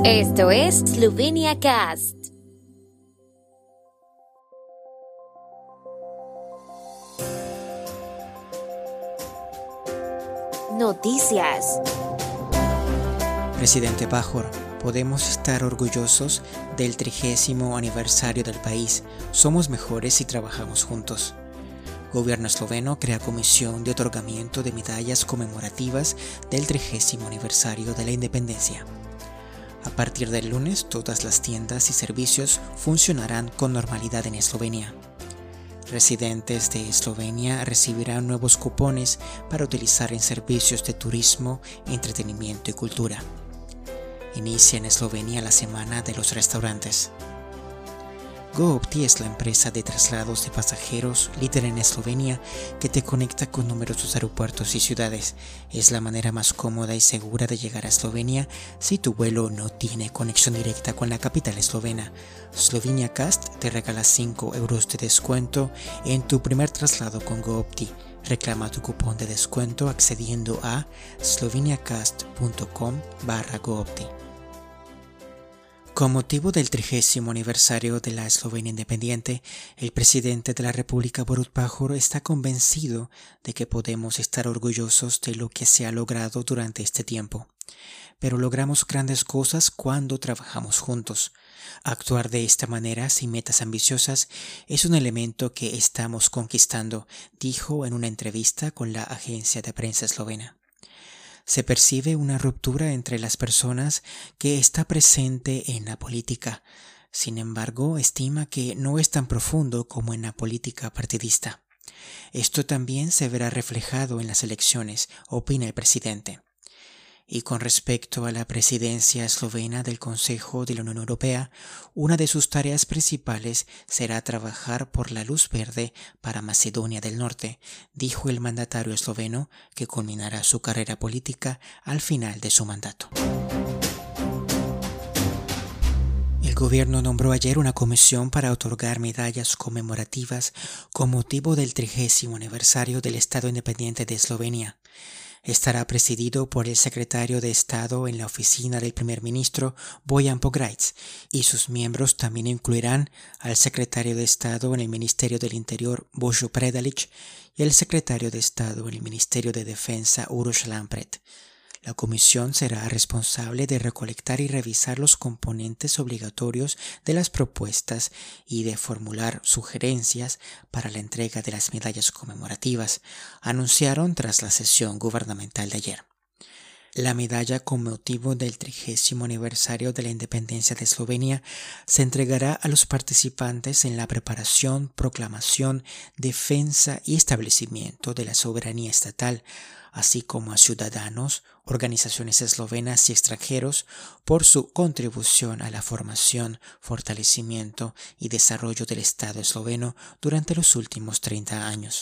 Esto es Slovenia Cast. Noticias. Presidente Pahor, podemos estar orgullosos del 30º aniversario del país. Somos mejores si trabajamos juntos. Gobierno esloveno crea comisión de otorgamiento de medallas conmemorativas del 30º aniversario de la independencia. A partir del lunes, todas las tiendas y servicios funcionarán con normalidad en Eslovenia. Residentes de Eslovenia recibirán nuevos cupones para utilizar en servicios de turismo, entretenimiento y cultura. Inicia en Eslovenia la Semana de los Restaurantes. GoOpti es la empresa de traslados de pasajeros líder en Eslovenia que te conecta con numerosos aeropuertos y ciudades. Es la manera más cómoda y segura de llegar a Eslovenia si tu vuelo no tiene conexión directa con la capital eslovena. Slovenia Cast te regala 5 euros de descuento en tu primer traslado con GoOpti. Reclama tu cupón de descuento accediendo a sloveniacast.com/GoOpti. Con motivo del 30º aniversario de la Eslovenia independiente, el presidente de la República Borut Pahor está convencido de que podemos estar orgullosos de lo que se ha logrado durante este tiempo. Pero logramos grandes cosas cuando trabajamos juntos. Actuar de esta manera sin metas ambiciosas es un elemento que estamos conquistando, dijo en una entrevista con la agencia de prensa eslovena. Se percibe una ruptura entre las personas que está presente en la política. Sin embargo, estima que no es tan profundo como en la política partidista. Esto también se verá reflejado en las elecciones, opina el presidente. Y con respecto a la presidencia eslovena del Consejo de la Unión Europea, una de sus tareas principales será trabajar por la luz verde para Macedonia del Norte, dijo el mandatario esloveno, que culminará su carrera política al final de su mandato. El gobierno nombró ayer una comisión para otorgar medallas conmemorativas con motivo del 30º aniversario del Estado independiente de Eslovenia. Estará presidido por el secretario de Estado en la oficina del primer ministro Bojan Pograjc, y sus miembros también incluirán al secretario de Estado en el Ministerio del Interior Božo Predalič y el secretario de Estado en el Ministerio de Defensa Uroš Lampret. La comisión será responsable de recolectar y revisar los componentes obligatorios de las propuestas y de formular sugerencias para la entrega de las medallas conmemorativas, anunciaron tras la sesión gubernamental de ayer. La medalla con motivo del 30º aniversario de la independencia de Eslovenia se entregará a los participantes en la preparación, proclamación, defensa y establecimiento de la soberanía estatal, así como a ciudadanos, organizaciones eslovenas y extranjeros por su contribución a la formación, fortalecimiento y desarrollo del Estado esloveno durante los últimos 30 años.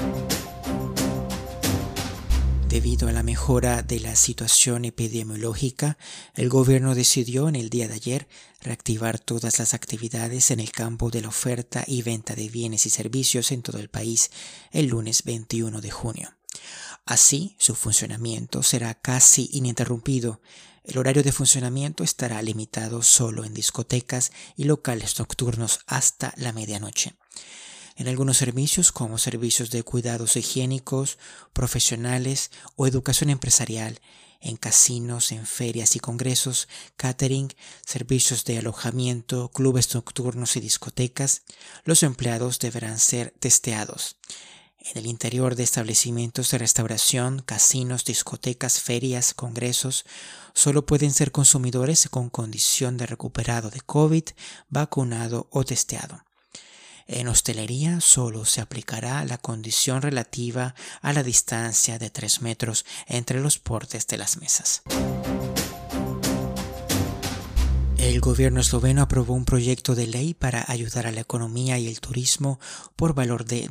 Debido a la mejora de la situación epidemiológica, el gobierno decidió en el día de ayer reactivar todas las actividades en el campo de la oferta y venta de bienes y servicios en todo el país el lunes 21 de junio. Así, su funcionamiento será casi ininterrumpido. El horario de funcionamiento estará limitado solo en discotecas y locales nocturnos hasta la medianoche. En algunos servicios, como servicios de cuidados higiénicos, profesionales o educación empresarial, en casinos, en ferias y congresos, catering, servicios de alojamiento, clubes nocturnos y discotecas, los empleados deberán ser testeados. En el interior de establecimientos de restauración, casinos, discotecas, ferias, congresos, solo pueden ser consumidores con condición de recuperado de COVID, vacunado o testeado. En hostelería solo se aplicará la condición relativa a la distancia de 3 metros entre los bordes de las mesas. El gobierno esloveno aprobó un proyecto de ley para ayudar a la economía y el turismo por valor de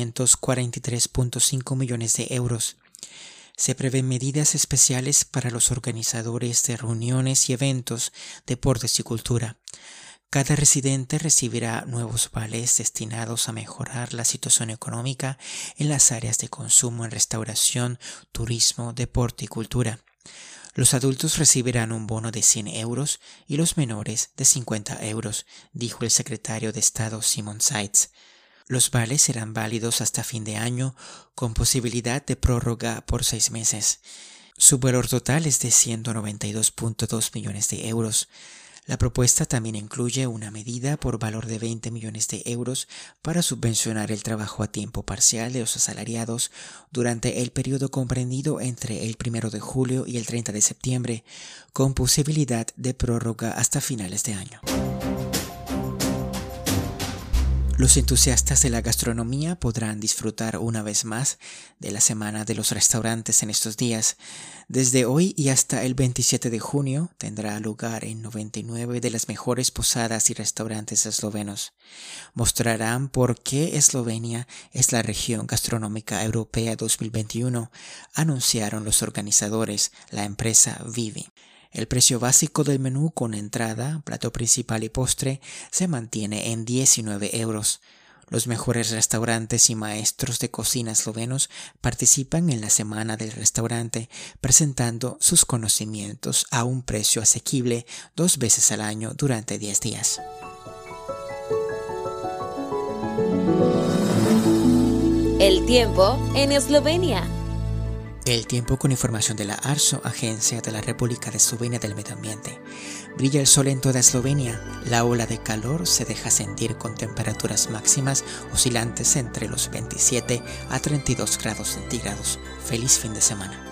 243.5 millones de euros. Se prevén medidas especiales para los organizadores de reuniones y eventos, deportes y cultura. Cada residente recibirá nuevos vales destinados a mejorar la situación económica en las áreas de consumo en restauración, turismo, deporte y cultura. Los adultos recibirán un bono de 100 euros y los menores de 50 euros, dijo el secretario de Estado Simon Seitz. Los vales serán válidos hasta fin de año, con posibilidad de prórroga por 6 meses. Su valor total es de 192.2 millones de euros. La propuesta también incluye una medida por valor de 20 millones de euros para subvencionar el trabajo a tiempo parcial de los asalariados durante el periodo comprendido entre el 1 de julio y el 30 de septiembre, con posibilidad de prórroga hasta finales de año. Los entusiastas de la gastronomía podrán disfrutar una vez más de la Semana de los Restaurantes en estos días. Desde hoy y hasta el 27 de junio tendrá lugar en 99 de las mejores posadas y restaurantes eslovenos. Mostrarán por qué Eslovenia es la región gastronómica europea 2021, anunciaron los organizadores, la empresa Vivi. El precio básico del menú con entrada, plato principal y postre se mantiene en 19 euros. Los mejores restaurantes y maestros de cocina eslovenos participan en la Semana del Restaurante, presentando sus conocimientos a un precio asequible 2 veces al año durante 10 días. El tiempo en Eslovenia. El tiempo con información de la ARSO, Agencia de la República de Eslovenia del Medio Ambiente. Brilla el sol en toda Eslovenia. La ola de calor se deja sentir con temperaturas máximas oscilantes entre los 27 a 32 grados centígrados. Feliz fin de semana.